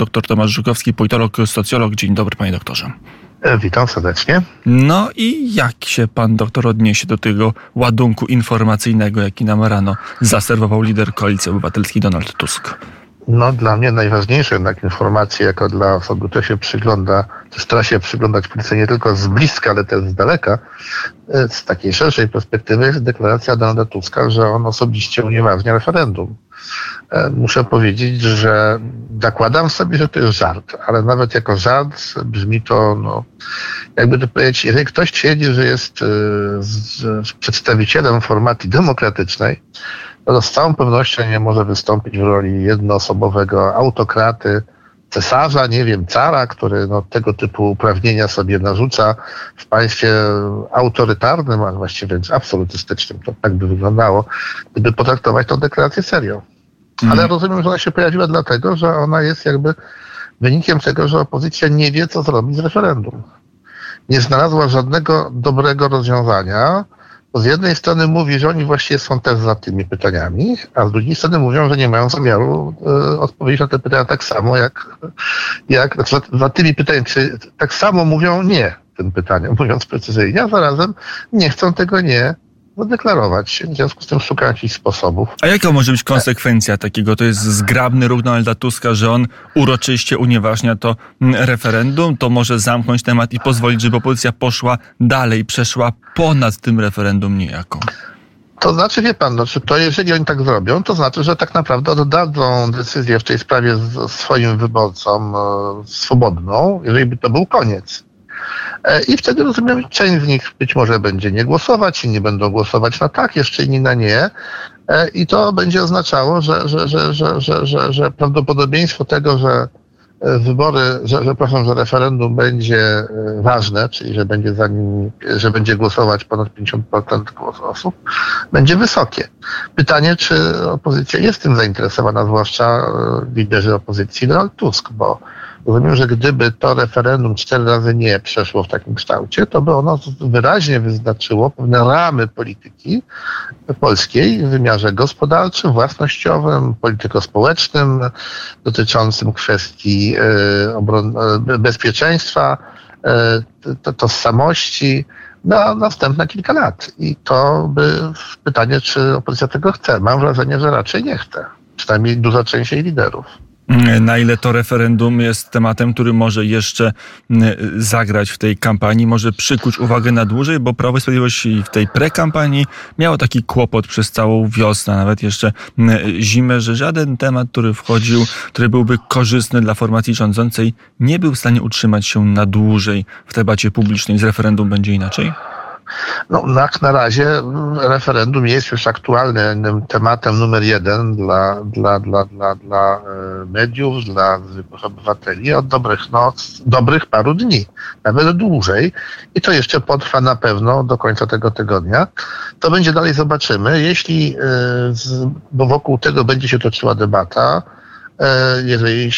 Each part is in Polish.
Dr Tomasz Żukowski, politolog, socjolog. Dzień dobry, panie doktorze. Witam serdecznie. No i jak się pan doktor odniesie do tego ładunku informacyjnego, jaki nam rano zaserwował lider Koalicji Obywatelskiej Donald Tusk? No, dla mnie najważniejsze jednak informacje, jako dla osoby, która się przygląda, czy stara się przyglądać polityce nie tylko z bliska, ale też z daleka, z takiej szerszej perspektywy jest deklaracja Donalda Tuska, że on osobiście unieważnia referendum. Muszę powiedzieć, że zakładam sobie, że to jest żart, ale nawet jako żart brzmi to, jakby to powiedzieć, jeżeli ktoś twierdzi, że jest przedstawicielem formacji demokratycznej, to z całą pewnością nie może wystąpić w roli jednoosobowego autokraty, cesarza, nie wiem, cara, który tego typu uprawnienia sobie narzuca w państwie autorytarnym, a właściwie wręcz absolutystycznym. To tak by wyglądało, gdyby potraktować tę deklarację serio. Ale rozumiem, że ona się pojawiła dlatego, że ona jest jakby wynikiem tego, że opozycja nie wie, co zrobić z referendum. Nie znalazła żadnego dobrego rozwiązania, bo z jednej strony mówi, że oni właściwie są też za tymi pytaniami, a z drugiej strony mówią, że nie mają zamiaru odpowiedzieć na te pytania tak samo, jak za tymi pytaniami, czy tak samo mówią nie tym pytaniom, mówiąc precyzyjnie, a zarazem nie chcą tego nie zadeklarować. W związku z tym szukają jakichś sposobów. A jaka może być konsekwencja takiego? To jest zgrabny ruch Donalda Tuska, że on uroczyście unieważnia to referendum, to może zamknąć temat i pozwolić, żeby opozycja poszła dalej, przeszła ponad tym referendum niejako. To znaczy, wie pan, to jeżeli oni tak zrobią, to znaczy, że tak naprawdę oddadzą decyzję w tej sprawie swoim wyborcom swobodną, jeżeli by to był koniec. I wtedy, rozumiem, część z nich być może będzie nie głosować, inni będą głosować na tak, jeszcze inni na nie. I to będzie oznaczało, że prawdopodobieństwo tego, że wybory, że referendum będzie ważne, czyli że będzie głosować ponad 50% osób, będzie wysokie. Pytanie, czy opozycja jest tym zainteresowana, zwłaszcza liderzy opozycji Donald Tusk, bo rozumiem, że gdyby to referendum 4 razy nie przeszło w takim kształcie, to by ono wyraźnie wyznaczyło pewne ramy polityki polskiej w wymiarze gospodarczym, własnościowym, polityko-społecznym, dotyczącym kwestii bezpieczeństwa, tożsamości na następne kilka lat. I to by pytanie, czy opozycja tego chce. Mam wrażenie, że raczej nie chce. Przynajmniej duża część jej liderów. Na ile to referendum jest tematem, który może jeszcze zagrać w tej kampanii, może przykuć uwagę na dłużej, bo Prawo i Sprawiedliwość w tej prekampanii miało taki kłopot przez całą wiosnę, nawet jeszcze zimę, że żaden temat, który wchodził, który byłby korzystny dla formacji rządzącej, nie był w stanie utrzymać się na dłużej w debacie publicznej. Z referendum będzie inaczej? Na razie referendum jest już aktualnym tematem numer 1 dla mediów, dla zwykłych obywateli od dobrych paru dni, nawet dłużej. I to jeszcze potrwa na pewno do końca tego tygodnia. To będzie dalej, zobaczymy. Bo wokół tego będzie się toczyła debata, jeżeli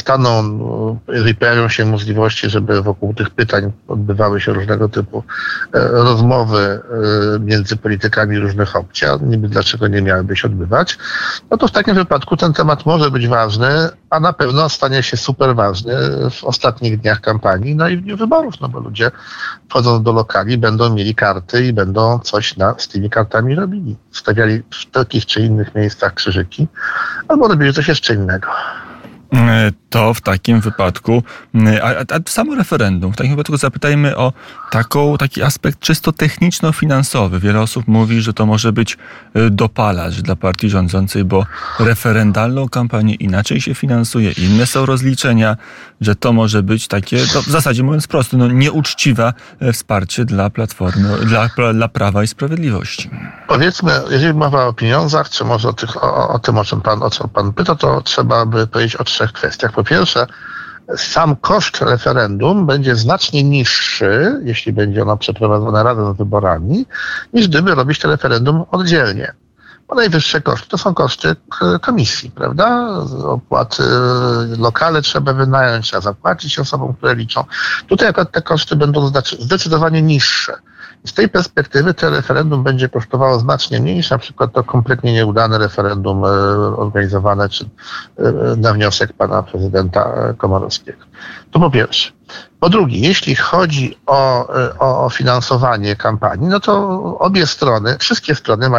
pojawią się możliwości, żeby wokół tych pytań odbywały się różnego typu rozmowy między politykami różnych opcji, a niby dlaczego nie miałyby się odbywać, to w takim wypadku ten temat może być ważny, a na pewno stanie się super ważny w ostatnich dniach kampanii, i w dniu wyborów, bo ludzie wchodząc do lokali będą mieli karty i będą coś z tymi kartami robili. Stawiali w takich czy innych miejscach krzyżyki, albo robili coś jeszcze innego. To w takim wypadku, a samo referendum, w takim wypadku zapytajmy o taki aspekt czysto techniczno-finansowy. Wiele osób mówi, że to może być dopalacz dla partii rządzącej, bo referendalną kampanię inaczej się finansuje, inne są rozliczenia, że to może być takie, w zasadzie mówiąc prosto, nieuczciwe wsparcie dla Platformy, dla Prawa i Sprawiedliwości. Powiedzmy, jeżeli mowa o pieniądzach, czy może o tym, o czym pan pyta, to trzeba by powiedzieć o 3 kwestiach. Po pierwsze, sam koszt referendum będzie znacznie niższy, jeśli będzie ono przeprowadzone razem z wyborami, niż gdyby robić to referendum oddzielnie. Bo najwyższe koszty to są koszty komisji, prawda? Opłaty, lokale trzeba wynająć, trzeba zapłacić osobom, które liczą. Tutaj akurat te koszty będą zdecydowanie niższe. Z tej perspektywy to referendum będzie kosztowało znacznie mniej niż na przykład to kompletnie nieudane referendum organizowane na wniosek pana prezydenta Komorowskiego. To po pierwsze. Po drugie, jeśli chodzi o finansowanie kampanii, no to obie strony, wszystkie strony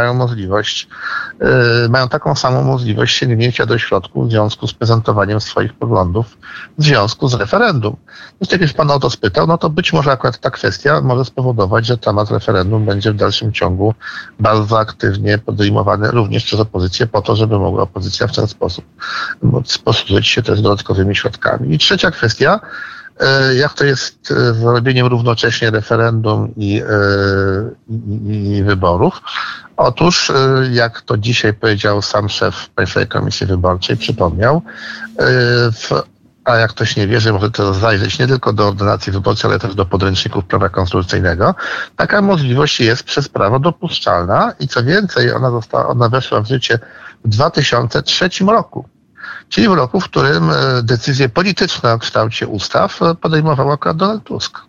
mają taką samą możliwość sięgnięcia do środków w związku z prezentowaniem swoich poglądów w związku z referendum. Więc jak już pan o to spytał, no to być może akurat ta kwestia może spowodować, że temat referendum będzie w dalszym ciągu bardzo aktywnie podejmowany również przez opozycję po to, żeby mogła opozycja w ten sposób posłużyć się też dodatkowymi środkami. I trzecia kwestia, jak to jest z robieniem równocześnie referendum i wyborów? Otóż, jak to dzisiaj powiedział sam szef Państwowej Komisji Wyborczej, przypomniał, a jak ktoś nie wierzy, może to zajrzeć nie tylko do ordynacji wyborczej, ale też do podręczników prawa konstytucyjnego. Taka możliwość jest przez prawo dopuszczalna i co więcej, ona weszła w życie w 2003 roku. Czyli w roku, w którym decyzje polityczne o kształcie ustaw podejmował akurat Donald Tusk.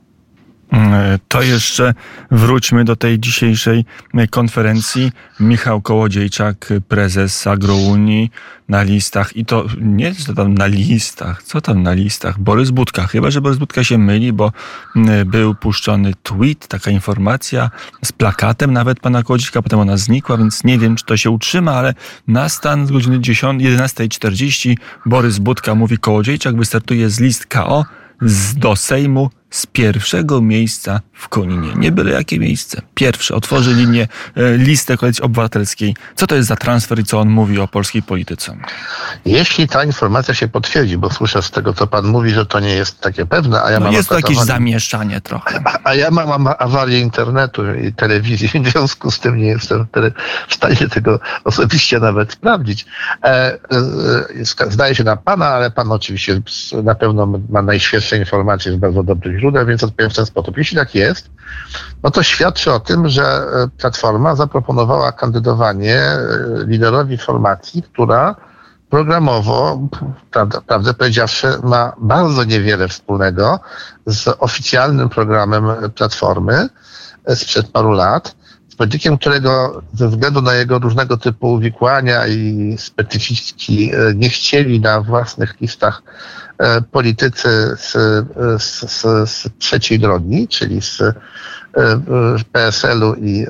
To jeszcze wróćmy do tej dzisiejszej konferencji. Michał Kołodziejczak, prezes Agrounii na listach i to nie co tam na listach, co tam na listach? Borys Budka, chyba że Borys Budka się myli, bo był puszczony tweet, taka informacja z plakatem nawet pana Kołodziejczaka, potem ona znikła, więc nie wiem, czy to się utrzyma, ale na stan z godziny 11:40 Borys Budka mówi: Kołodziejczak wystartuje z list KO do Sejmu z pierwszego miejsca w Koninie. Nie byle jakie miejsce. Pierwsze. Otworzy listę Koalicji Obywatelskiej. Co to jest za transfer i co on mówi o polskiej polityce? Jeśli ta informacja się potwierdzi, bo słyszę z tego, co pan mówi, że to nie jest takie pewne, a ja mam... Jest to jakieś zamieszanie trochę. A ja mam awarię internetu i telewizji, w związku z tym nie jestem w stanie tego osobiście nawet sprawdzić. Zdaje się na pana, ale pan oczywiście na pewno ma najświeższe informacje z bardzo dobrych źródeł, więc odpowiem w ten sposób. Jeśli tak jest, no to świadczy o tym, że Platforma zaproponowała kandydowanie liderowi formacji, która programowo, prawdę powiedziawszy, ma bardzo niewiele wspólnego z oficjalnym programem Platformy sprzed paru lat, z politykiem, którego ze względu na jego różnego typu uwikłania i specyficzki nie chcieli na własnych listach politycy z trzeciej drogi, czyli z PSL-u i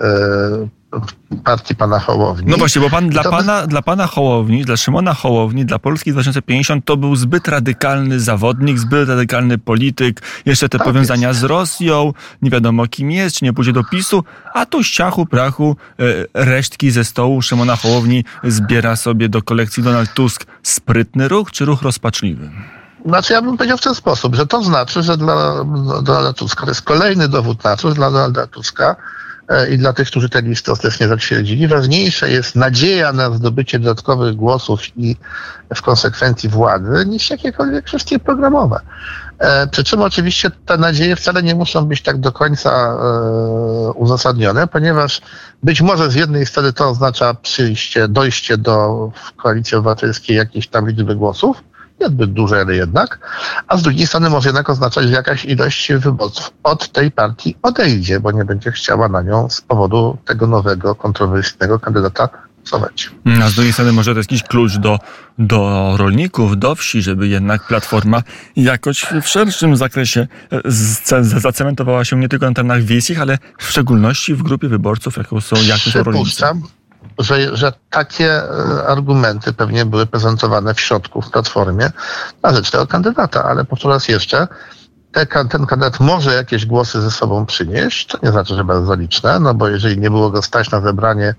partii pana Hołowni. No właśnie, bo dla pana Hołowni, dla Szymona Hołowni, dla Polski 2050 to był zbyt radykalny zawodnik, zbyt radykalny polityk, jeszcze te powiązania z Rosją, nie wiadomo kim jest, czy nie pójdzie do PiS-u, a tu z ciachu prachu resztki ze stołu Szymona Hołowni zbiera sobie do kolekcji Donald Tusk. Sprytny ruch, czy ruch rozpaczliwy? Znaczy ja bym powiedział w ten sposób, że to znaczy, że dla Donalda Tuska to jest kolejny dowód na to, że dla Donalda Tuska i dla tych, którzy te listy ostatecznie zatwierdzili, ważniejsze jest nadzieja na zdobycie dodatkowych głosów i w konsekwencji władzy niż jakiekolwiek kwestie programowe. Przy czym oczywiście te nadzieje wcale nie muszą być tak do końca uzasadnione, ponieważ być może z jednej strony to oznacza dojście do Koalicji Obywatelskiej jakiejś tam liczby głosów, niezbyt duże, ale jednak, a z drugiej strony może jednak oznaczać, że jakaś ilość wyborców od tej partii odejdzie, bo nie będzie chciała na nią z powodu tego nowego, kontrowersyjnego kandydata głosować. A z drugiej strony może to jest jakiś klucz do rolników, do wsi, żeby jednak Platforma jakoś w szerszym zakresie zacementowała się nie tylko na terenach wiejskich, ale w szczególności w grupie wyborców, jaką są rolnicy. Że takie argumenty pewnie były prezentowane w środku w Platformie na rzecz tego kandydata, ale powtórzę raz jeszcze, ten kandydat może jakieś głosy ze sobą przynieść, to nie znaczy, że bardzo liczne, no bo jeżeli nie było go stać na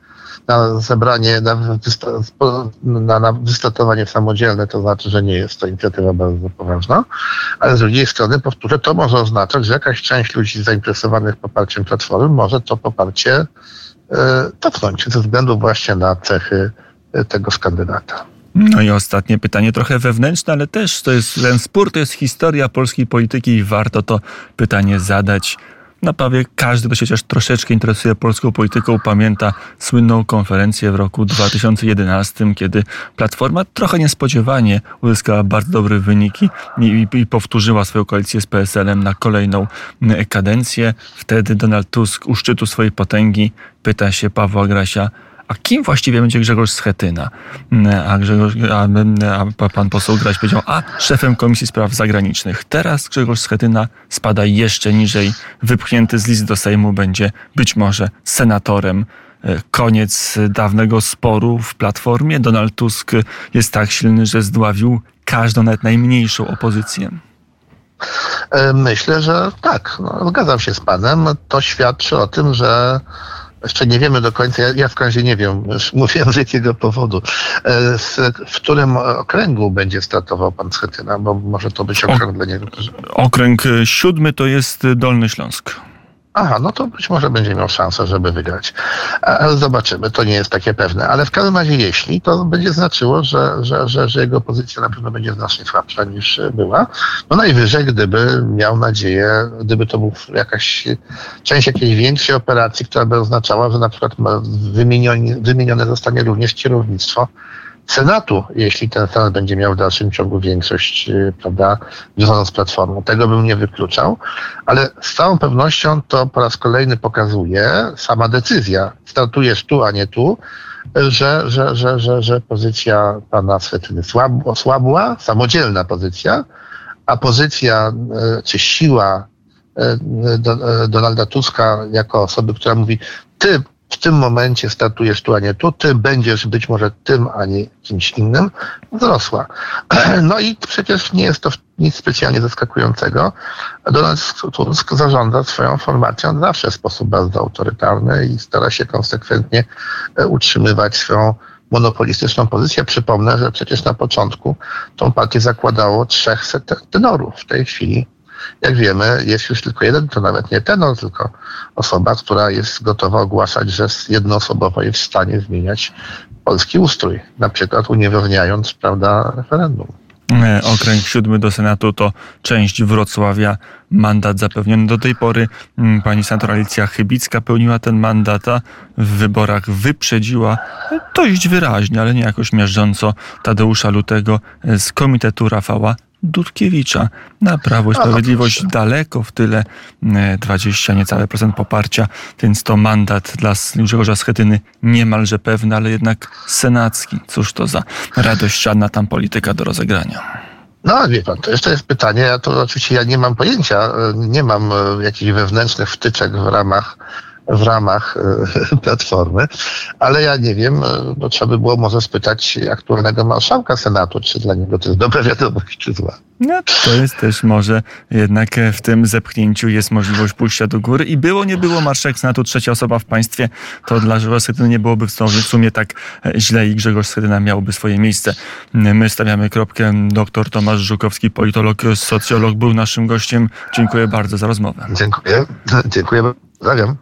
wystartowanie samodzielne, to znaczy, że nie jest to inicjatywa bardzo poważna, ale z drugiej strony, powtórzę, to może oznaczać, że jakaś część ludzi zainteresowanych poparciem Platformy może to poparcie cofnąć ze względu właśnie na cechy tegoż kandydata. No i ostatnie pytanie, trochę wewnętrzne, ale też ten spór to jest historia polskiej polityki i warto to pytanie zadać. Na prawie każdy, kto się chociaż troszeczkę interesuje polską polityką, pamięta słynną konferencję w roku 2011, kiedy Platforma trochę niespodziewanie uzyskała bardzo dobre wyniki i powtórzyła swoją koalicję z PSL-em na kolejną kadencję. Wtedy Donald Tusk u szczytu swojej potęgi pyta się Pawła Grasia, a kim właściwie będzie Grzegorz Schetyna? A pan poseł Graś powiedział, szefem Komisji Spraw Zagranicznych. Teraz Grzegorz Schetyna spada jeszcze niżej, wypchnięty z list do Sejmu, będzie być może senatorem. Koniec dawnego sporu w Platformie. Donald Tusk jest tak silny, że zdławił każdą, nawet najmniejszą opozycję. Myślę, że tak. Zgadzam się z panem. To świadczy o tym, że jeszcze nie wiemy do końca, ja w razie nie wiem, mówiłem z jakiego powodu, w którym okręgu będzie startował pan Schetyna, bo może to być okręg dla niego. Okręg 7 to jest Dolny Śląsk. Aha, no to być może będzie miał szansę, żeby wygrać. Ale zobaczymy, to nie jest takie pewne. Ale w każdym razie jeśli, to będzie znaczyło, że jego pozycja na pewno będzie znacznie słabsza niż była. No najwyżej, gdyby miał nadzieję, gdyby to był część jakiejś większej operacji, która by oznaczała, że na przykład wymienione zostanie również kierownictwo Senatu, jeśli ten Senat będzie miał w dalszym ciągu większość, prawda, związaną z Platformą. Tego bym nie wykluczał, ale z całą pewnością to po raz kolejny pokazuje sama decyzja. Startujesz tu, a nie tu, że pozycja pana Schetyny osłabła, samodzielna pozycja, a pozycja czy siła Donalda Tuska jako osoby, która mówi, ty w tym momencie startujesz tu, a nie tu, ty będziesz być może tym, a nie kimś innym, wzrosła. No i przecież nie jest to nic specjalnie zaskakującego. Donald Tusk zarządza swoją formacją zawsze w sposób bardzo autorytarny i stara się konsekwentnie utrzymywać swoją monopolistyczną pozycję. Przypomnę, że przecież na początku tą partię zakładało 300 tenorów. W tej chwili, jak wiemy, jest już tylko jeden, to nawet nie tenor, tylko osoba, która jest gotowa ogłaszać, że jednoosobowo jest w stanie zmieniać polski ustrój, na przykład unieważniając, prawda, referendum. Okręg 7 do Senatu to część Wrocławia. Mandat zapewniony do tej pory. Pani senator Alicja Chybicka pełniła ten mandat, a w wyborach wyprzedziła dość wyraźnie, ale nie jakoś miażdżąco Tadeusza Lutego z komitetu Rafała Dudkiewicza. Na Prawo i Sprawiedliwość daleko w tyle, 20 niecałe procent poparcia, więc to mandat dla Grzegorza Schetyny niemalże pewny, ale jednak senacki. Cóż to za radościana tam polityka do rozegrania. No wie pan, to jeszcze jest pytanie, oczywiście ja nie mam pojęcia, nie mam jakichś wewnętrznych wtyczek w ramach Platformy, ale ja nie wiem, bo trzeba by było może spytać aktualnego marszałka Senatu, czy dla niego to jest dobra wiadomość, czy zła. No, to jest też może jednak w tym zepchnięciu jest możliwość pójścia do góry i nie było marszałek Senatu, trzecia osoba w państwie, to dla Grzegorza Schetyny nie byłoby w sumie tak źle i Grzegorz Schetyna miałby swoje miejsce. My stawiamy kropkę. Dr Tomasz Żukowski, politolog, socjolog, był naszym gościem. Dziękuję bardzo za rozmowę. Dziękuję. Pozdrawiam.